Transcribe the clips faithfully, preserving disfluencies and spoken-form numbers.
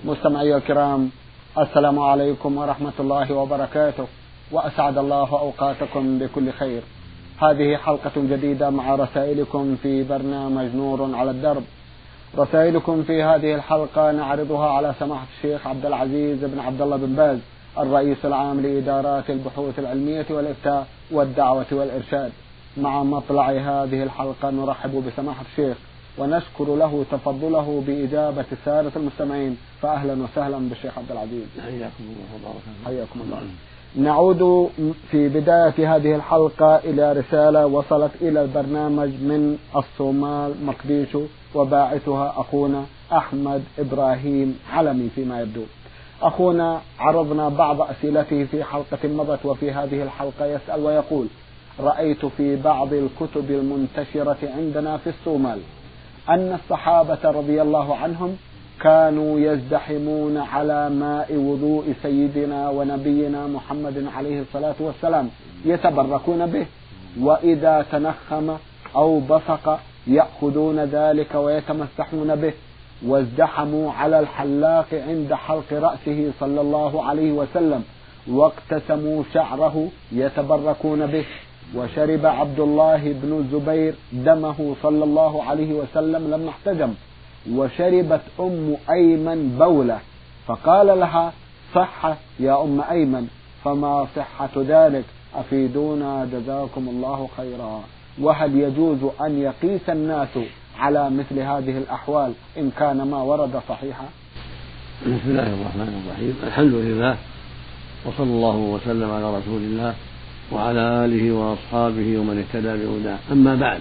مستمعي الكرام، السلام عليكم ورحمة الله وبركاته، وأسعد الله أوقاتكم بكل خير. هذه حلقة جديدة مع رسائلكم في برنامج نور على الدرب. رسائلكم في هذه الحلقة نعرضها على سماحة الشيخ عبد العزيز بن عبد الله بن باز، الرئيس العام لإدارات البحوث العلمية والإفتاء والدعوة والإرشاد. مع مطلع هذه الحلقة نرحب بسماحة الشيخ ونشكر له تفضله بإجابة سادة المستمعين، فأهلا وسهلا بالشيخ عبد العزيز. حياكم الله وبارك حياكم الله. نعود في بداية هذه الحلقة إلى رسالة وصلت إلى البرنامج من الصومال مقديشو، وباعثها أخونا أحمد إبراهيم علمي. فيما يبدو أخونا عرضنا بعض أسئلته في حلقة مضت، وفي هذه الحلقة يسأل ويقول: رأيت في بعض الكتب المنتشرة عندنا في الصومال أن الصحابة رضي الله عنهم كانوا يزدحمون على ماء وضوء سيدنا ونبينا محمد عليه الصلاة والسلام يتبركون به، وإذا تنخم أو بصق يأخذون ذلك ويتمسحون به، وازدحموا على الحلاق عند حلق رأسه صلى الله عليه وسلم واقتسموا شعره يتبركون به. وشرب عبد الله بن الزبير دمه صلى الله عليه وسلم لما احتجم. وشربت أم أيمن بولة فقال لها: صح يا أم أيمن، فما صحة ذلك؟ أفيدونا جزاكم الله خيرا. وهل يجوز أن يقيس الناس على مثل هذه الأحوال إن كان ما ورد صحيحا؟ بسم الله الرحمن الرحيم، الحمد لله، وصلى الله وسلم على رسول الله وعلى آله وأصحابه ومن اهتدى بهداه. أما بعد،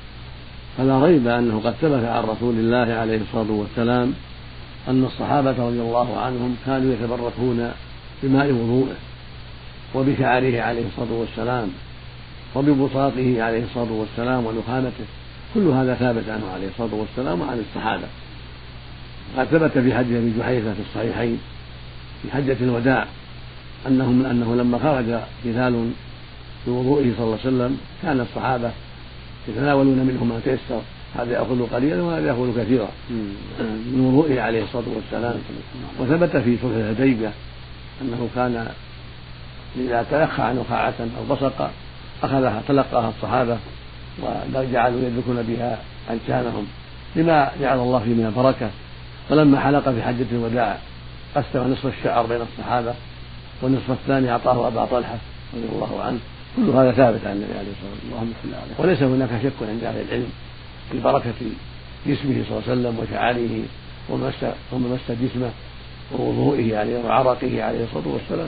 فلا ريب أنه قد ثبت عن رسول الله عليه الصلاة والسلام أن الصحابة رضي الله عنهم كانوا يتبركون بماء وضوءه وبشعره عليه الصلاة والسلام وببصاقه عليه الصلاة والسلام ونخامته. كل هذا ثابت عنه عليه الصلاة والسلام وعن الصحابة. قد ثبت في حديث أبي جحيفة في الصحيحين في حجة الوداع أنه من أنه لما خرج هلال بوضوئه صلى الله عليه وسلم كان الصحابة يتناولون منه ما تيسر، هذا يأخذ قليلا وهذا يأخذ كثيرا من وضوئه عليه الصلاة والسلام. وثبت في صلح الحديبية أنه كان إذا تلخى عن نخاعة أو بصق أخذها تلقاها الصحابة وجعلوا يدركون بها أنشانهم لما جعل الله فيه من البركة. ولما حلق في حجة الوداع قسم نصف الشعر بين الصحابة والنصف الثاني أعطاه أبا طلحة رضي الله عنه. كل هذا ثابت عن النبي عليه الصلاة والسلام، وليس هناك شك عند أهل العلم في بركة جسمه صلى الله عليه وسلم وشعاره ومس جسمه ووضوئه عليه وعرقه عليه الصلاة والسلام،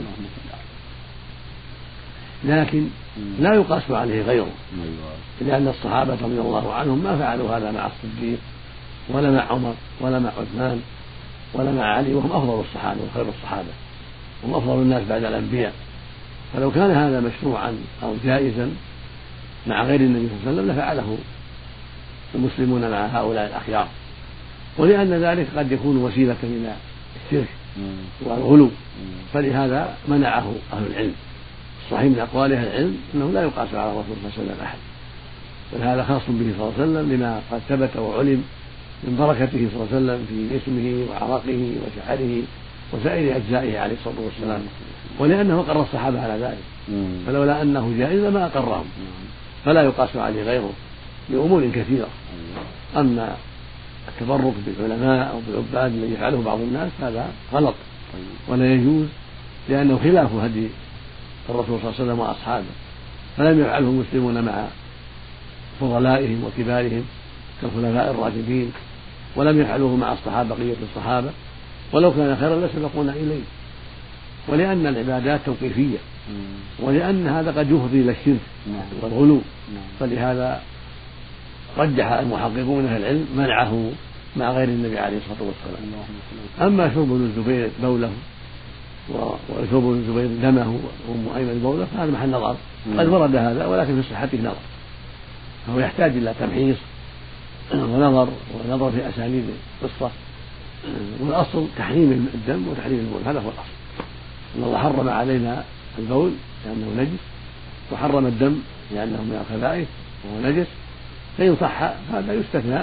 لكن لا يقاس عليه غيره، لأن الصحابة رضي الله عنهم ما فعلوا هذا مع الصديق ولا مع عمر ولا مع عثمان ولا مع علي، وهم أفضل الصحابة وخير الصحابة، هم أفضل الناس بعد الأنبياء. فلو كان هذا مشروعا أو جائزا مع غير النبي صلى الله عليه وسلم لفعله المسلمون مع هؤلاء الأخيار، ولأن ذلك قد يكون وسيلة إلى الشرك والغلو، فلهذا منعه أهل العلم. الصحيح من أقوال أهل العلم أنه لا يقاس على الرسول صلى الله عليه وسلم أحد، بل هذا خاص به صلى الله عليه وسلم لما قد ثبت وعلم من بركته صلى الله عليه وسلم في جسمه وعرقه وشعره وسائر أجزائه عليه الصلاة والسلام، ولأنه أقر الصحابة على ذلك. فلولا أنه جائز ما أقرهم، فلا يقاس عليه غيره لأمور كثيرة. أما التبرك بالعلماء أو بالعباد الذي يفعله بعض الناس هذا غلط ولا يجوز، لأنه خلاف هدي الرسول صلى الله عليه وسلم وأصحابه، فلم يفعله المسلمون مع فضلائهم وكبارهم كالخلفاء الراشدين، ولم يفعلوه مع الصحابة بقية الصحابة، ولو كان خيرا لسبقونا إليه. ولأن العبادات توقيفية، ولأن هذا قد يفضي إلى الشرك والغلو، فلهذا رجح المحققون أهل العلم منعه مع غير النبي عليه الصلاة والسلام. أما شرب ابن الزبير بوله وشرب ابن الزبير دمه وأم أيمن بوله فهذا محل نظر، قد ورد هذا ولكن في صحته نظر، فهو يحتاج إلى تمحيص ونظر ونظر في أسانيد القصة. والأصل تحريم الدم وتحريم البول، هذا هو الأصل. أن الله حرم علينا البول لأنه نجس، وحرم الدم لأنه من الخبائث وهو نجس، فإن صح هذا يستثنى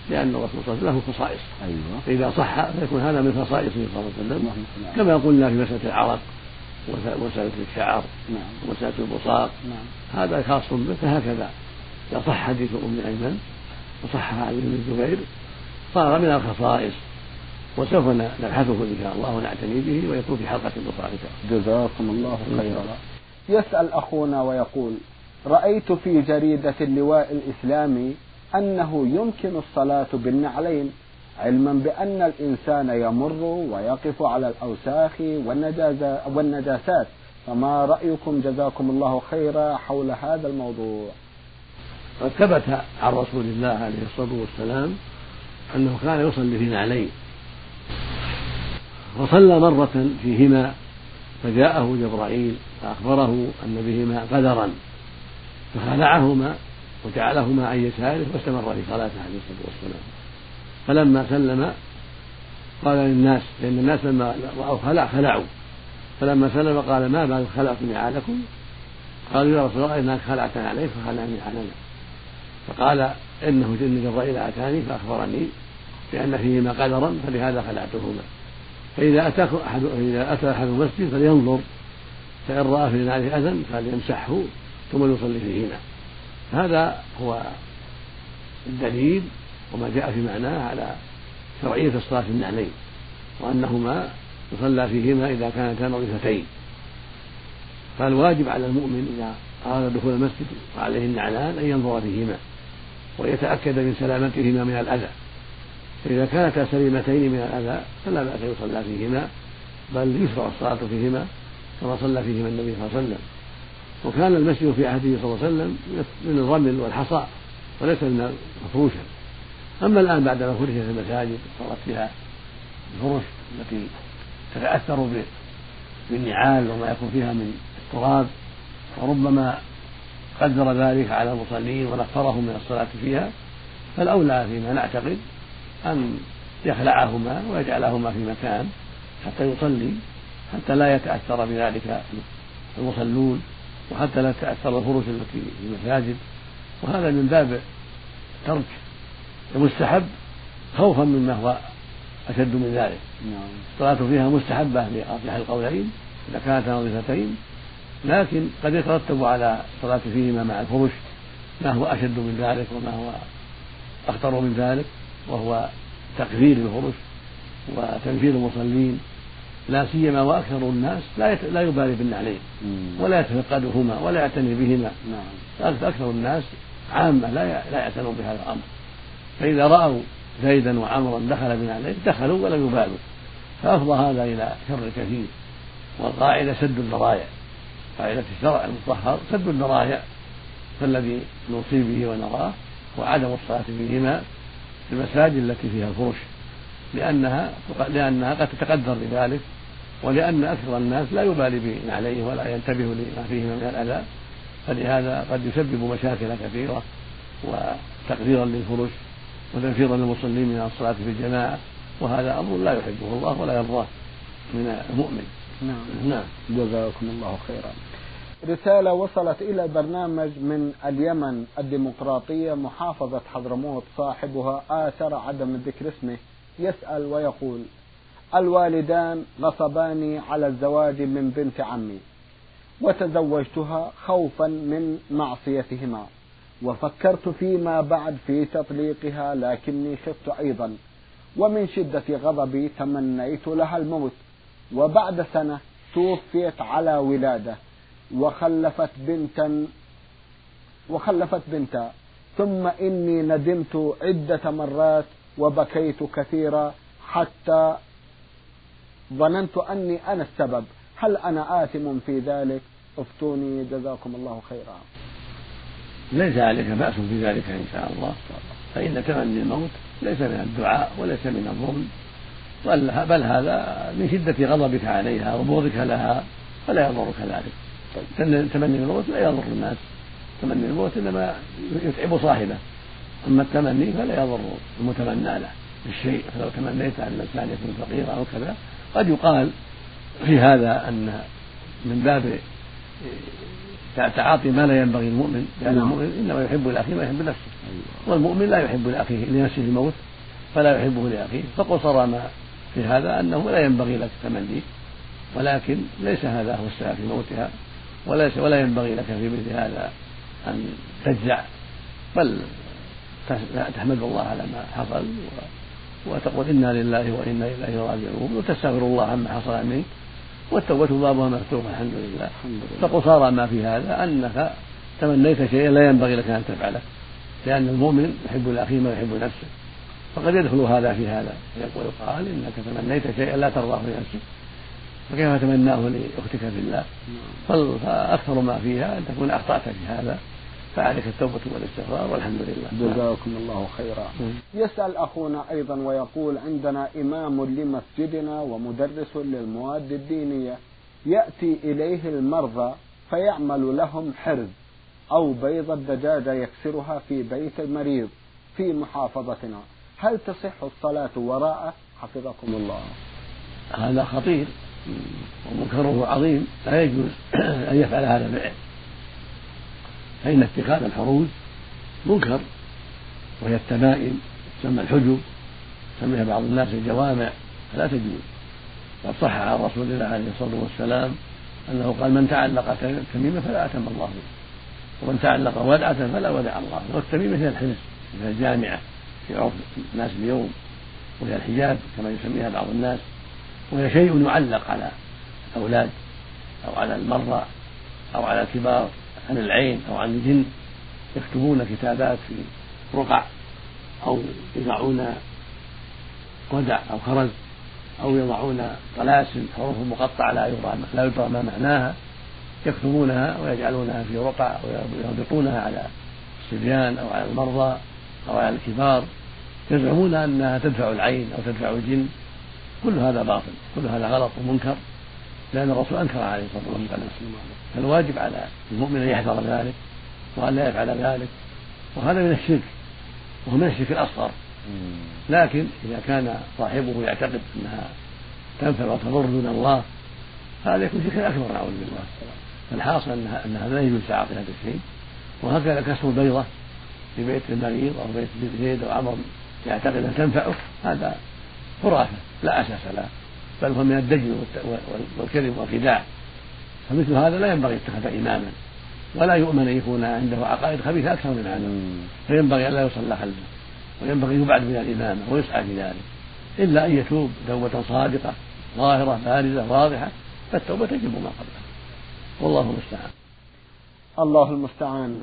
لأن الرسول صلى الله عليه وسلم له خصائص. أيوة. فإذا صح فيكون هذا من خصائصه صلى الله عليه وسلم، كما قلنا في مسألة العرق ومسألة الشعر ومسألة البصاق، هذا خاص به. فهكذا إذا صح حديث أم أيمن وصح حديث ابن الزبير صار من الخصائص، وسوف نبحثه إن شاء الله ونعتني به ويكون في حلقة أخرى. جزاكم الله خيرا. يسأل أخونا ويقول: رأيت في جريدة اللواء الإسلامي أنه يمكن الصلاة بالنعلين، علما بأن الإنسان يمر ويقف على الأوساخ والنجاسات، فما رأيكم جزاكم الله خيرا حول هذا الموضوع؟ قد ثبت عن رسول الله عليه الصلاة والسلام أنه كان يصلي في نعلين، وصلى مرة فيهما فجاءه جبرائيل فأخبره أن بهما قدرا فخلعهما وجعلهما عن يساره واستمر في صلاته عليه الصلاة والسلام. فلما سلم قال للناس، لأن الناس لما رأوا خلع خلعوا، فلما سلم قال: ما بال خلعتم نعالكم؟ قالوا: يا رسول الله إنك خلعتنا عليك فخلعنا نعالنا. فقال: إنه جن جبرائيل أتاني فأخبرني بأن فيهما قدرا فلهذا خلعتهما. فإذا أتاكم أحد إذا أتى أحد المسجد فلينظر، فإن رأى في نعله أذى فليمسحه ثم يصلي فيهما. هذا هو الدليل وما جاء في معناه على شرعية الصلاة في النعلين، وأنهما يصلى فيهما إذا كانتا نظيفتين. فالواجب على المؤمن إذا أراد دخول المسجد وعليه النعلان أن ينظر فيهما ويتأكد من سلامتهما من الأذى، فإذا كانتا سليمتين من الأذى فلا بأس يصلى فيهما، بل يشرع الصلاة فيهما كما صلى فيهما النبي صلى الله عليه وسلم. وكان المسجد في عهده صلى الله عليه وسلم من الرمل والحصى وليس من مفروشا. أما الآن بعد ما فرشت المساجد صارت فيها الفرش التي تتأثر بالنعال وما يكون فيها من التراب، وربما قدر ذلك على المصلين ونفرهم من الصلاة فيها، فالأولى فيما نعتقد أن يخلعهما ويجعلهما في مكان حتى يصلي، حتى لا يتأثر بذلك المصلون وحتى لا تتأثر الفرش التي في المساجد. وهذا من باب ترك المستحب خوفا مما هو أشد من ذلك. الصلاة فيها مستحبة بأرجح القولين إذا كانت نظيفتين، لكن قد يترتب على الصلاة فيهما مع الفرش ما هو أشد من ذلك وما هو أخطر من ذلك، وهو تكفير الفرش وتنفير المصلين، لا سيما وأكثر الناس لا يبالي بالنعلين ولا يتفقدهما ولا يعتني بهما. أكثر الناس عامة لا يعتنوا بهذا الأمر، فإذا رأوا زيدا وعمرا دخل بنعلين دخلوا ولم يبالوا، فأفضى هذا إلى شر كثير. والقاعدة سد الذرائع، قاعدة الشرع المطهر سد الذرائع، فالذي نوصي به ونراه وعدم الصلاة فيهما في المساجد التي فيها الفرش، لأنها لأنها قد تتقدر بذلك، ولأن أكثر الناس لا يبالي بنعليه ولا ينتبه لما فيهما من الأذى، فلهذا قد يسبب مشاكل كثيرة وتقديرا للفرش وتنفيرا للمصلين من الصلاة في الجماعة، وهذا أمر لا يحبه الله ولا يرضاه من المؤمن. نعم. نعم. جزاكم الله خيرا. رسالة وصلت إلى البرنامج من اليمن الديمقراطية محافظة حضرموت، صاحبها آثر عدم ذكر اسمه، يسأل ويقول: الوالدان غصباني على الزواج من بنت عمي، وتزوجتها خوفا من معصيتهما، وفكرت فيما بعد في تطليقها لكني خفت أيضا، ومن شدة غضبي تمنيت لها الموت، وبعد سنة توفيت على ولادة وخلفت بنتا وخلفت بنتا ثم إني ندمت عدة مرات وبكيت كثيرا حتى ظننت أني أنا السبب، هل أنا آثم في ذلك؟ افتوني جزاكم الله خيرا. ليس عليك بأس في ذلك إن شاء الله، فإن تمني الموت ليس من الدعاء وليس من الظلم، بل هذا من شدة غضبك عليها وبغضك لها، فلا يضرك ذلك. تمني الموت لا يضر الناس، تمني الموت إنما يتعب صاحبه، أما التمني فلا يضر المتمنى له بالشيء. فلو تمنيت أن الإنسان يكون فقيرا أو كذا قد يقال في هذا أن من باب تعاطي ما لا ينبغي المؤمن، لأن المؤمن إنما يحب لأخيه ما يحب نفسه، والمؤمن لا يحب لأخيه لنفسه الموت فلا يحبه لأخيه. فقصر ما في هذا أنه لا ينبغي لك تمنيه، ولكن ليس هذا هو السبب في موتها، وليس ولا ينبغي لك في مثل هذا أن تجزع، بل تحمد الله على ما حصل وتقول إنا لله وإنا إليه راجعون وتستغفر الله عما حصل منك، والتوبة بابها مفتوح الحمد لله. فقصارى ما في هذا أنك تمنيت شيئا لا ينبغي لك أن تفعله، لأن المؤمن يحب لأخيه ما يحب نفسه، فقد يدخل هذا في هذا. يقول قال إنك تمنيت شيئا لا ترضاه لنفسك فكيف تمناه لأختك في الله؟ فأكثر ما فيها أن تكون أخطأت في هذا، فعليك التوبة والاستغفار والحمد لله. جزاكم الله خيرا. يسأل أخونا أيضا ويقول عندنا إمام لمسجدنا ومدرس للمواد الدينية يأتي إليه المرضى فيعمل لهم حرز أو بيض الدجاجة يكسرها في بيت المريض في محافظتنا، هل تصح الصلاة وراءه حفظكم الله؟ هذا خطير ومنكره عظيم، لا يجوز أن يفعل هذا الفعل، فإن اتخاذ الحروز منكر، وهي التمائم تسمى الحجب، سميها بعض الناس الجوامع، فلا تجوز. قد صح عن رسول الله عليه الصلاة والسلام أنه قال من تعلق تميمة فلا أتم الله به، ومن تعلق ودعة فلا ودع الله. والتميمة هي الحرز، هي الجامعة في عرف الناس اليوم، وهي الحجاب كما يسميها بعض الناس، وهي شيء يعلق على الأولاد أو على المرضى أو على الكبار عن العين أو عن الجن، يكتبون كتابات في رقع أو يضعون ودع أو خرز أو يضعون طلاسم حروف مقطعة لا يدرى لا يدرى ما معناها، يكتبونها ويجعلونها في رقع ويربطونها على الصبيان أو على المرضى أو على الكبار، يزعمون أنها تدفع العين أو تدفع الجن. كل هذا باطل، كل هذا غلط ومنكر، لأن الرسول أنكر عليه الصلاة والسلام. فالواجب على المؤمن أن يحذر ذلك وأن لا يفعل ذلك، وهذا من الشرك وهو من الشرك الأصغر. لكن إذا كان صاحبه يعتقد أنها تنفع وتضر دون الله هذا يكون شركا أكبر نعوذ بالله. فالحاصل أن هذا لا يجوز تعاطي هذا الشيء. وهكذا كسر البيضة في بيت المريض أو بيت زيد أو عمر يعتقد أن تنفعه، هذا خرافة لا أساس له، بل هو من الدجل والكذب والخداع. فمثل هذا لا ينبغي اتخاذ إماما، ولا يؤمن أن يكون عنده عقائد خبيثة أكثر من هذا، فينبغي أن لا يصلى خلفه، وينبغي يبعد من الإمامة ويسعى في ذلك، إلا أن يتوب توبة صادقة ظاهرة بارزة واضحة، فالتوبة تجب ما قبلها، والله المستعان. الله المستعان.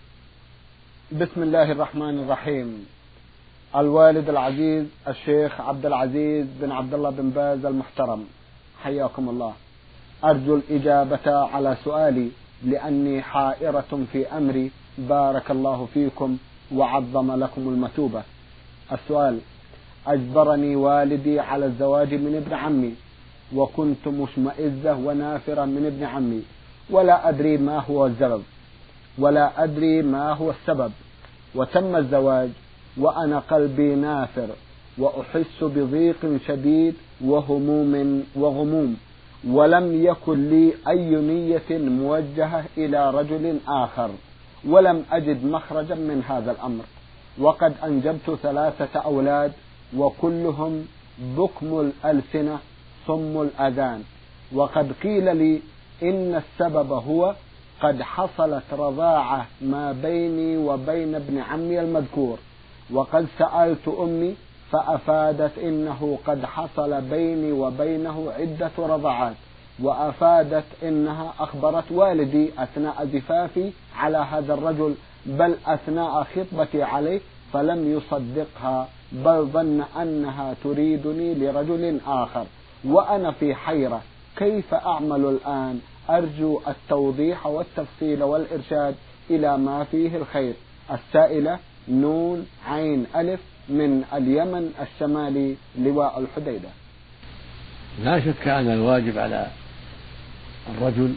بسم الله الرحمن الرحيم. الوالد العزيز الشيخ عبد العزيز بن عبد الله بن باز المحترم، حياكم الله. أرجو الإجابة على سؤالي لأني حائرة في أمري، بارك الله فيكم وعظم لكم المثوبة. السؤال: أجبرني والدي على الزواج من ابن عمي، وكنت مشمئزة ونافرة من ابن عمي، ولا أدري ما هو السبب ولا أدري ما هو السبب وتم الزواج وأنا قلبي نافر، وأحس بضيق شديد وهموم وغموم، ولم يكن لي أي نية موجهة إلى رجل آخر، ولم أجد مخرجا من هذا الأمر، وقد أنجبت ثلاثة أولاد وكلهم بكم الألسنة صم الأذان، وقد قيل لي إن السبب هو قد حصلت رضاعة ما بيني وبين ابن عمي المذكور، وقد سألت أمي فأفادت إنه قد حصل بيني وبينه عدة رضعات، وأفادت إنها أخبرت والدي أثناء زفافي على هذا الرجل، بل أثناء خطبتي عليه، فلم يصدقها، بل ظن أنها تريدني لرجل آخر، وأنا في حيرة، كيف أعمل الآن؟ أرجو التوضيح والتفصيل والإرشاد إلى ما فيه الخير. السائلة نون عين ألف من اليمن الشمالي، لواء الحديدة. لا شك أن الواجب على الرجل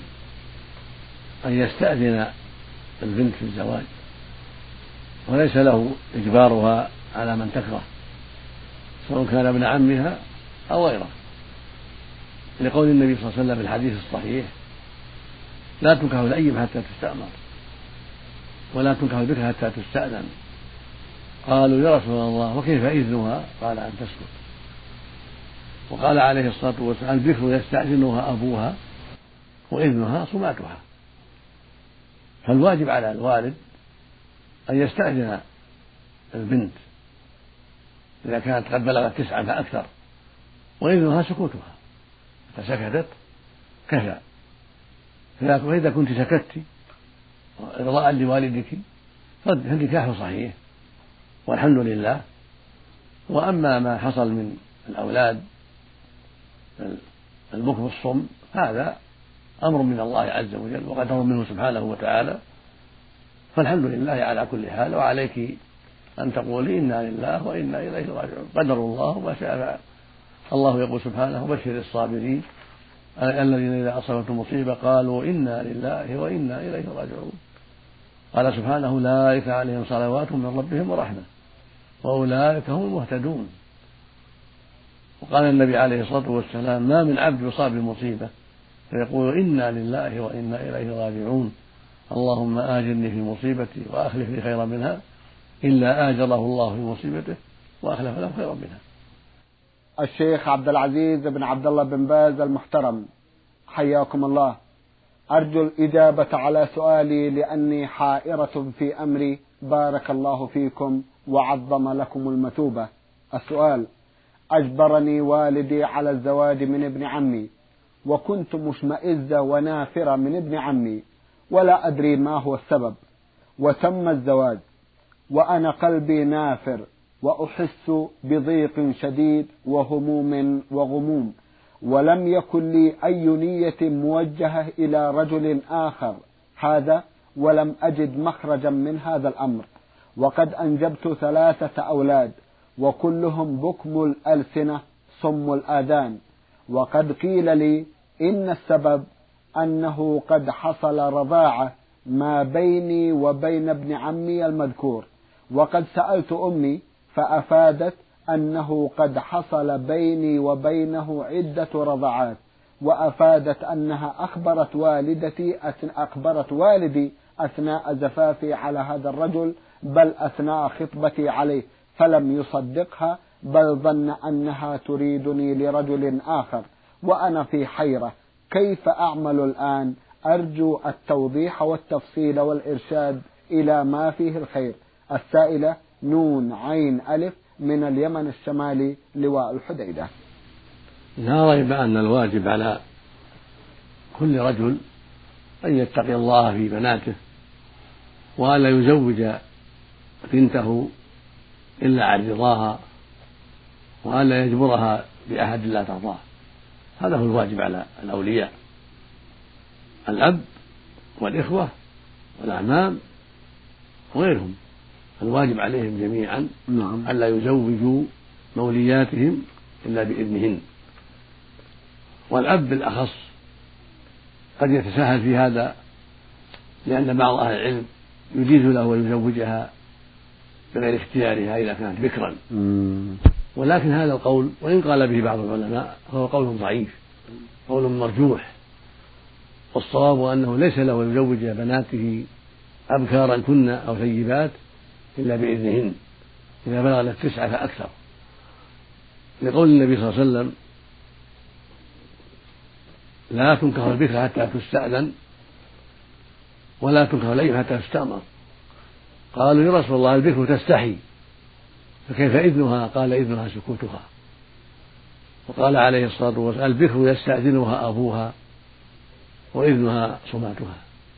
أن يستأذن البنت في الزواج، وليس له إجبارها على من تكره، سواء كان ابن عمها أو غيره، لقول النبي صلى الله عليه وسلم في الحديث الصحيح: لا تنكح الأيم حتى تستأمر ولا تنكح البكر حتى تستأذن. قالوا يا رسول الله وكيف إذنها؟ قال أن تسكت. وقال عليه الصلاة والسلام البكر يستأذنها أبوها وإذنها صماتها. فالواجب على الوالد أن يستأذن البنت إذا كانت قد بلغت تسعة فأكثر، وإذنها سكوتها، فسكتت كفى. فإذا كنت سكتت إرضاء لوالدك فالنكاح صحيح والحمد لله. وأما ما حصل من الأولاد البكم الصم هذا أمر من الله عز وجل وقدر منه سبحانه وتعالى، فالحمد لله على كل حال. وعليك أن تقولي إنا لله وإنا إليه راجعون، قدر الله ما شاء فعل. الله يقول سبحانه بشر الصابرين الذين إذا أصابتهم مصيبة قالوا إنا لله وإنا إليه راجعون. قال سبحانه أولئك عليهم صلوات من ربهم ورحمة وأولئك هم المهتدون. وقال النبي عليه الصلاة والسلام ما من عبد يصاب بمصيبة فيقول إنا لله وإنا إليه راجعون اللهم آجرني في مصيبتي وأخلف لي خيرا منها إلا آجره الله في مصيبته وأخلف له خيرا منها. الشيخ عبد العزيز بن عبد الله بن باز المحترم حياكم الله، أرجو الإجابة على سؤالي لأني حائرة في أمري بارك الله فيكم وعظم لكم المثوبة. السؤال: أجبرني والدي على الزواج من ابن عمي، وكنت مشمئزة ونافرة من ابن عمي ولا أدري ما هو السبب، وتم الزواج وأنا قلبي نافر وأحس بضيق شديد وهموم وغموم، ولم يكن لي أي نية موجهة إلى رجل آخر هذا، ولم أجد مخرجا من هذا الأمر، وقد أنجبت ثلاثة أولاد وكلهم بكم الألسنة صم الآذان، وقد قيل لي إن السبب أنه قد حصل رضاعة ما بيني وبين ابن عمي المذكور، وقد سألت أمي فأفادت أنه قد حصل بيني وبينه عدة رضعات، وأفادت أنها أخبرت والدتي أخبرت والدي أثناء زفافي على هذا الرجل بل أثناء خطبتي عليه، فلم يصدقها بل ظن أنها تريدني لرجل آخر، وأنا في حيرة كيف أعمل الآن؟ أرجو التوضيح والتفصيل والإرشاد إلى ما فيه الخير. السائلة نون عين ألف من اليمن الشمالي لواء الحديدة. لا ريب أن الواجب على كل رجل أن يتقي الله في بناته وألا يزوج بنته إلا عن رضاها وألا يجبرها بأحد لا ترضاه. هذا هو الواجب على الأولياء الأب والإخوة والأعمام وغيرهم، الواجب عليهم جميعا نعم. ألا يزوجوا مولياتهم إلا بإذنهن. والأب بالأخص قد يتساهل في هذا لأن بعض أهل العلم يجيز له ويزوجها بغير اختيارها إذا كانت بكرا، ولكن هذا القول وإن قال به بعض العلماء فهو قول ضعيف قول مرجوح، والصواب أنه ليس له يزوج بناته أبكارا كن أو ثيبات إلا بإذنهن إذا بلغت تسعة فأكثر، لقول النبي صلى الله عليه وسلم لا تنكح البكر حتى تستأذن ولا تنكح الأيم حتى تستأمر. قالوا يا رسول الله البكر تستحي فكيف إذنها؟ قال إذنها سكوتها. وقال عليه الصلاة والسلام البكر يستأذنها أبوها وإذنها صماتها.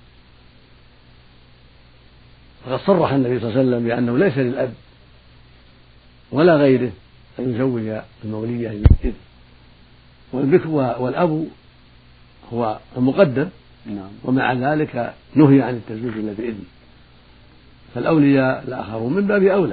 فقد صرح النبي صلى الله عليه وسلم بأنه ليس للأب ولا غيره أن يزوج المولية بالإذن، والبكر والأب هو المقدم ومع ذلك نهي عن التزويج إلا بإذن، فالأولياء الآخرون من باب أولى.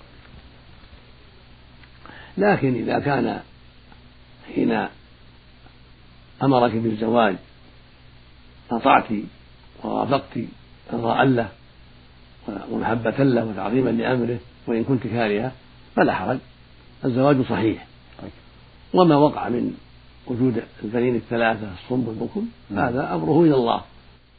لكن إذا كان حين أمرك بالزواج أطعت ووافقت إرضاء له ومحبة له وتعظيما لأمره وإن كنت كارهة فلا حرج، الزواج صحيح. وما وقع من وجود البنين الثلاثة الصم والبكم هذا أمره إلى الله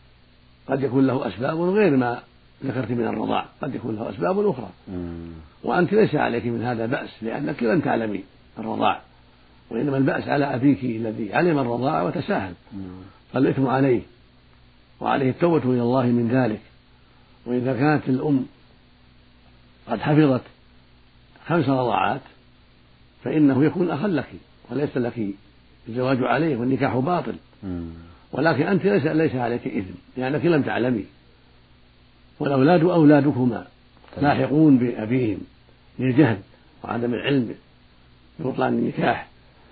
قد يكون له أسباب غير ما ذكرت من الرضاع، قد يكون له أسباب أخرى، وأنت ليس عليك من هذا بأس لأنك لم تعلمي الرضاع، وإنما البأس على أبيك الذي علم الرضاع وتساهل، فالإثم عليه وعليه التوبة إلى الله من ذلك. وإذا كانت الأم قد حفظت خمس رضاعات فإنه يكون أخا لك وليس لك الزواج عليه والنكاح باطل، ولكن أنت ليس, ليس عليك إثم لأنك لم تعلمي، والأولاد أولادكما لاحقون بأبيهم للجهل وعدم العلم ببطلان النكاح،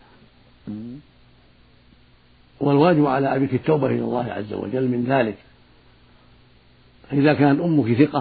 والواجب على أبيك التوبة إلى الله عز وجل من ذلك. إذا كان أمك ثقة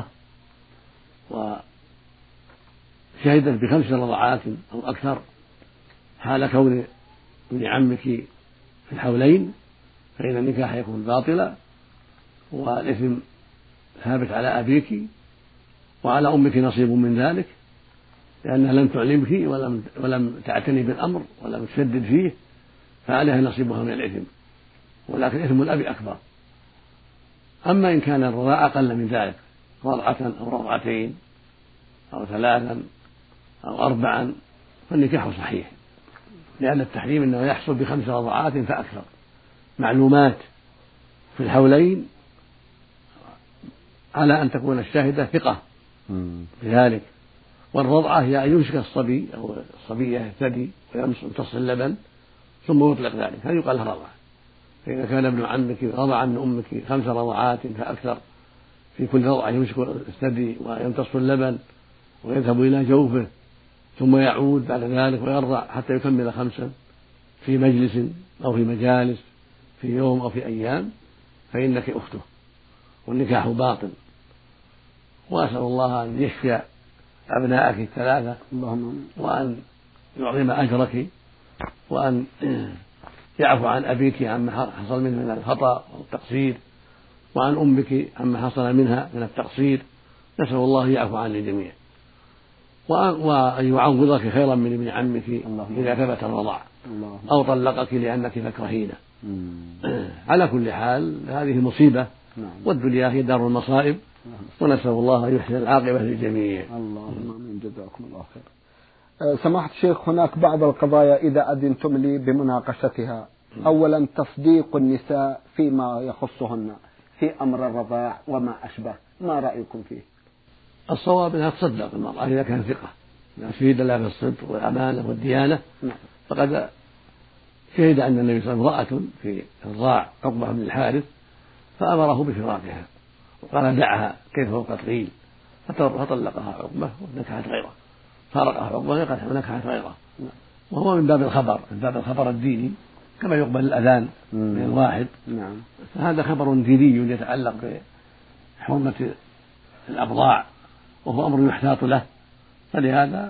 وشهدت بخمس رضعات أو أكثر حال كون ابن عمك في الحولين فإن النكاح يكون باطلا والإثم ثابت على أبيك، وعلى أمك نصيب من ذلك لأنها لم تعلمك ولم, ولم تعتني بالأمر ولم تشدد فيه، فعليها نصيبها من الإثم، ولكن إثم الأب أكبر. أما إن كان الرضاع أقل من ذلك رضعة أو رضعتين أو ثلاثا أو أربعا فالنكاح صحيح، لأن التحريم إنه يحصل بخمس رضعات فأكثر معلومات في الحولين على أن تكون الشاهدة ثقة بذلك. والرضعة هي أن يمسك الصبي أو الصبية الثدي ويمتص اللبن ثم يطلق ذلك، هذا يقال رضعة. فإذا كان ابن عمك رضع من أمك خمس رضعات فأكثر في كل رضعة يمسك الثدي ويمتص اللبن ويذهب إلى جوفه ثم يعود بعد ذلك ويرضع حتى يكمل خمسا في مجلس أو في مجالس في يوم أو في أيام فإنك أخته والنكاح باطل. وأسأل الله أن يشفي أبنائك الثلاثة وأن يعظم أجرك وأن يعفو عن أبيك عما حصل منه من الخطأ والتقصير وعن أمك عما حصل منها من التقصير، نسأل الله يعفو عن الجميع وأن يعوضك خيرا من ابن عمك إذا ثبت الرضاع أو طلقك لأنك تكرهينه. على كل حال هذه مصيبة والدنيا هي دار المصائب، ونسأل الله أن يحسن العاقبة للجميع. اللهم آمين، جزاكم الله خير. سماحة الشيخ، هناك بعض القضايا إذا أذنتم لي بمناقشتها. أولا تصديق النساء فيما يخصهن في أمر الرضاع وما أشبه، ما رأيكم فيه؟ الصواب أنها تصدق المرأة إذا كانت ثقة شهد لها بالصدق والأمانة والديانة. فقد شهد أن النبي صلى الله عليه وسلم امرأة في الرضاع عقبة بن الحارث فأمره بفراقها وقال دعها كيف فوق قيل، فطلقها عقبة ونكحت غيره، فارقها عقبة ونكحت غيره، وهو من باب الخبر من باب الخبر الديني كما يقبل الأذان من الواحد. فهذا خبر ديني يتعلق بحرمة الأبضاع وهو أمر يحتاط له، فلهذا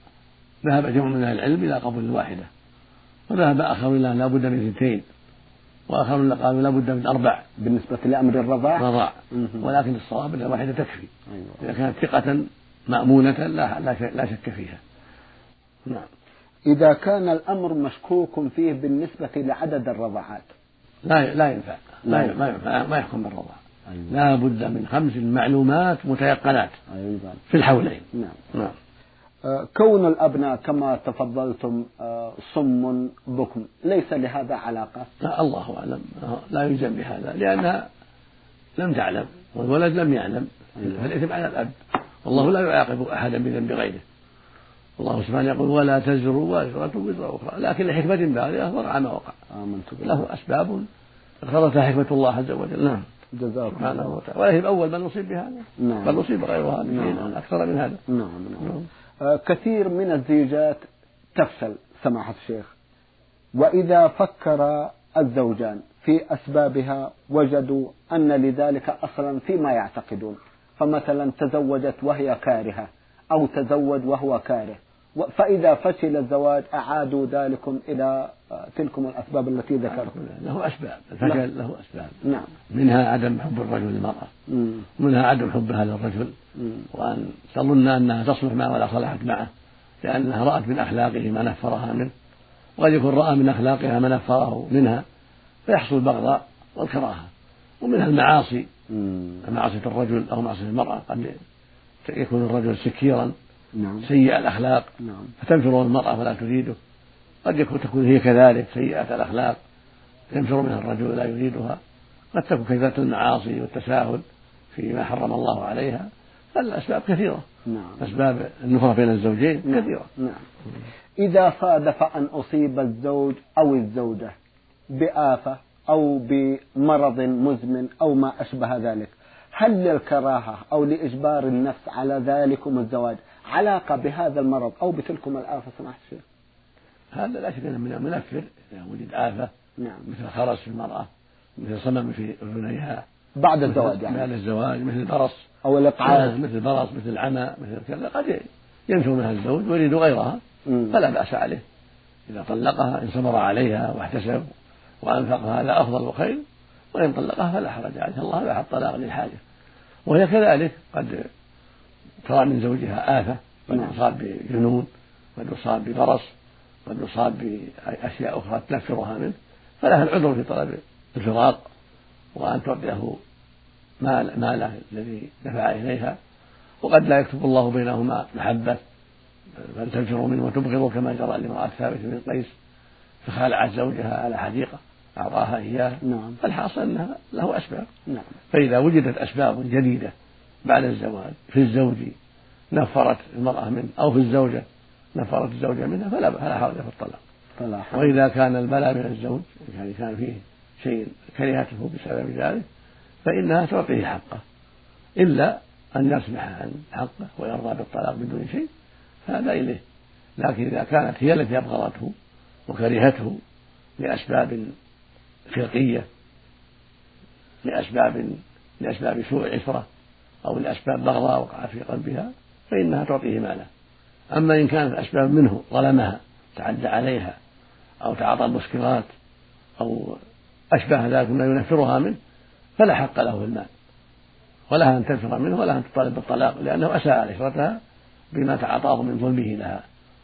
ذهب جمع من أهل العلم إلى قبول الواحدة، وذهب آخرون إلى لا بد من اثنتين، وآخرون قالوا لا بد من أربع بالنسبة لأمر الرضاع رضاع. ولكن الصواب أن الواحدة تكفي إذا كانت ثقة مأمونة لا لا شك فيها. نعم. إذا كان الأمر مشكوك فيه بالنسبة لعدد الرضعات لا لا ينفع لا ينفع ما يحكم بالرضاع. أيوة. لا بد من خمس معلومات متيقنات. أيوة. في الحولين. نعم. نعم. آه كون الأبناء كما تفضلتم آه صم بكم ليس لهذا علاقة؟ لا الله أعلم، لا يلزم بهذا لأنها لم تعلم والولد لم يعلم. أيوة. فالإثم على الأب، والله لا يعاقب أحدا بذنب غيره. الله سبحانه يقول ولا تزر وازرة وزر أخرى، لكن لحكمة بالغة وقع ما وقع، له أسباب اقتضتها حكمة الله عز وجل. نعم. جزاكم سبحانه وتعالى. ولا هي أول من نصيب بهذا، نعم. بل نصيب غيرها نعم. أكثر من هذا. نعم. نعم. آه كثير من الزيجات تفشل سماحة الشيخ، وإذا فكر الزوجان في أسبابها وجدوا أن لذلك أصلا فيما يعتقدون، فمثلا تزوجت وهي كارهة أو تزوج وهو كاره، فإذا فشل الزواج أعادوا ذلكم إلى تلكم الأسباب التي ذكرتم. له أسباب، الفشل له أسباب. نعم. منها عدم حب الرجل للمرأة، ومنها عدم حبها للرجل، وأن تظن أنها تصلح معه ولا صلحت معه لأنها رأت من أخلاقه ما نفرها منه، وقد يكون رأى من أخلاقها ما نفره منها فيحصل البغضاء والكراهة. ومنها المعاصي معصية الرجل أو معصية المرأة، قد يكون الرجل سكيرا نعم. سيء الأخلاق نعم. فتنفر المرأة فلا تريده، قد يكون تكون هي كذلك سيئة الأخلاق ينفر منها الرجل لا يريدها، قد تكون كثرة المعاصي والتساهل فيما حرم الله عليها، فالأسباب كثيرة. نعم. أسباب النفرة بين الزوجين نعم. كثيرة. نعم. إذا صادف أن أصيب الزوج أو الزوجة بآفة أو بمرض مزمن أو ما أشبه ذلك، هل للكراهة أو لإجبار النفس على ذلكم الزواج علاقة بهذا المرض أو بتلكم الآفة سماحة الشيخ؟ هذا لا شك من المنفر إذا وجد آفة. نعم. مثل خرس في المرأة، مثل صمم في أذنيها بعد الزواج، يعني بعد الزواج، مثل البرص أو الإقعاد، مثل البرص، مثل العمى، مثل كذا، قد ينفر منها الزوج ويريد غيرها، مم. فلا بأس عليه إذا طلقها إن صبر عليها واحتسب وأنفق هذا أفضل وخير، وإن طلقها فلا حرج عليه، الله يباح الطلاق للحاجة. وهي كذلك قد ترى من زوجها آفة، قد يصاب بجنون، قد يصاب ببرص، قد يصاب بأشياء أخرى تنفرها منه، فلها العذر في طلب الفراق وأن تعطيه مال ماله الذي دفع إليها، وقد لا يكتب الله بينهما محبة بل تنفر منه وتبغضه، كما جرى لامرأة ثابت بن قيس فخالعت زوجها على حديقة أعطاها إياه. نعم. فالحاصل أنها له أسباب. نعم. فإذا وجدت أسباب جديدة بعد الزواج في الزوج نفرت المرأة منه أو في الزوجة نفرت الزوجة منها فلا فلا حرج في الطلاق. وإذا كان البلاء من الزوج يعني كان فيه شيء كرهته بسبب ذلك فإنها تعطيه حقه، إلا أن يسمح عن حقه ويرضى بالطلاق بدون شيء فهذا إليه. لكن إذا كانت هي التي أبغضته وكرهته لأسباب خلقية، لأسباب لأسباب سوء عشرة أو لأسباب بغضاء وقع في قلبها فإنها تعطيه ماله. أما إن كانت أسباب منه ظلمها تعدى عليها أو تعاطى المسكرات أو أشبه ذلك مما ينفرها منه فلا حق له في المال، ولها أن تنفر منه ولا أن تطالب بالطلاق، لأنه أساء عشرتها بما تعاطاه من ظلمه لها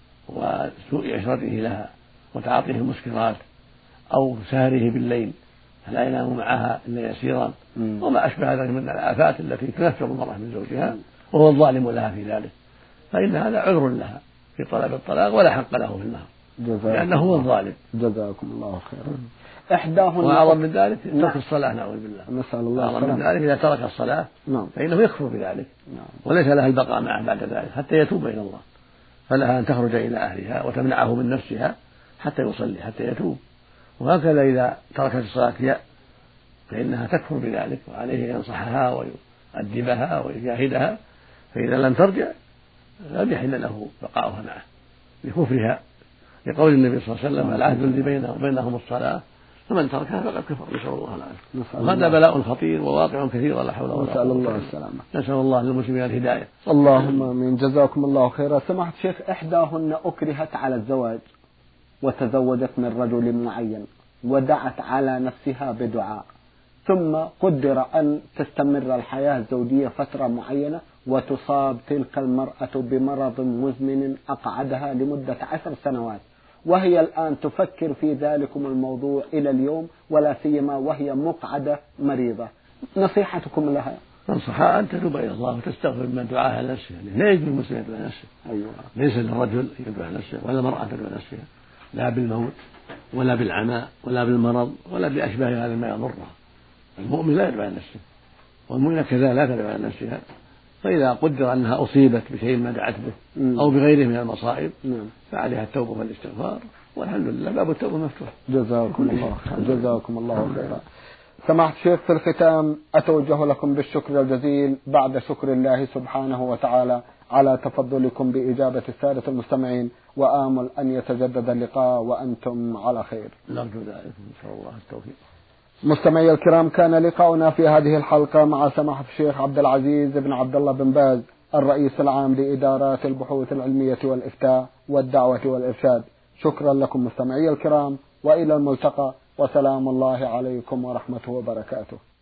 وسوء عشرته لها وتعاطيه المسكرات أو سهره بالليل فلا ينام معها إلا يسيرا وما أشبه ذلك من الآفات التي تنفر المرأة من زوجها وهو الظالم لها في ذلك، فإن هذا عذر لها في طلب الطلاق ولا حق له في المهر لأنه هو الظالم. جزاكم الله خيرا. إحداهن وأعظم من ذلك ترك الصلاة، نعوذ بالله. نسأل الله أعظم من ذلك إذا ترك الصلاة نعم. فإنه يكفر بذلك نعم. وليس لها البقاء معه بعد ذلك حتى يتوب إلى الله، فلها أن تخرج إلى أهلها وتمنعه من نفسها حتى يصلي حتى يتوب. وهكذا إذا تركت الصلاة فإنها تكفر بذلك وعليه ينصحها ويؤدبها ويجاهدها، فإذا لم ترجع لم يحل له بقاؤها معه لكفرها، لقول النبي صلى الله عليه وسلم العهد الذي بينه وبينهم الصلاة فمن تركها فقد كفر. نسأل الله العافية. وهذا بلاء خطير وواقع كثير ولا حول ولا قوة. نسأل الله السلامة. نسأل الله للمسلمين الهداية. اللهم آمين. جزاكم الله خيرا. سماحة الشيخ، إحداهن أكرهت على الزواج وتزوجت من رجل معين ودعت على نفسها بدعاء، ثم قدر أن تستمر الحياة الزوجية فترة معينة وتصاب تلك المرأة بمرض مزمن أقعدها لمدة عشر سنوات، وهي الآن تفكر في ذلكم الموضوع إلى اليوم ولا سيما وهي مقعدة مريضة، نصيحتكم لها؟ ننصحها أن تتوب إلى الله وتستغفر من دعاها لنفسها، لا يجوز المسلم يدعو نفسه. أيوة. ليس للرجل يدعو نفسه ولا المرأة تدعو نفسها، لا بالموت ولا بالعمى ولا بالمرض ولا بأشباه هذا ما يضرها. المؤمن لا يدعو نفسه والمؤمنة كذا لا تدعو نفسها، فإذا قدر أنها أصيبت بشيء ما دعت به أو بغيره من المصائب فعليها التوبة والاستغفار، والحمد لله باب التوبة مفتوح. جزاكم الله خيرا. جزاكم الله خيرا. سماحة الشيخ، في الختام أتوجه لكم بالشكر الجزيل بعد شكر الله سبحانه وتعالى على تفضلكم بإجابة السادة المستمعين، وآمل أن يتجدد اللقاء وأنتم على خير. نرجو ذلك إن شاء الله التوفيق. مستمعي الكرام، كان لقاؤنا في هذه الحلقة مع سماحة الشيخ عبد العزيز بن عبد الله بن باز الرئيس العام لإدارات البحوث العلمية والإفتاء والدعوة والإرشاد. شكرا لكم مستمعي الكرام، وإلى الملتقى، وسلام الله عليكم ورحمته وبركاته.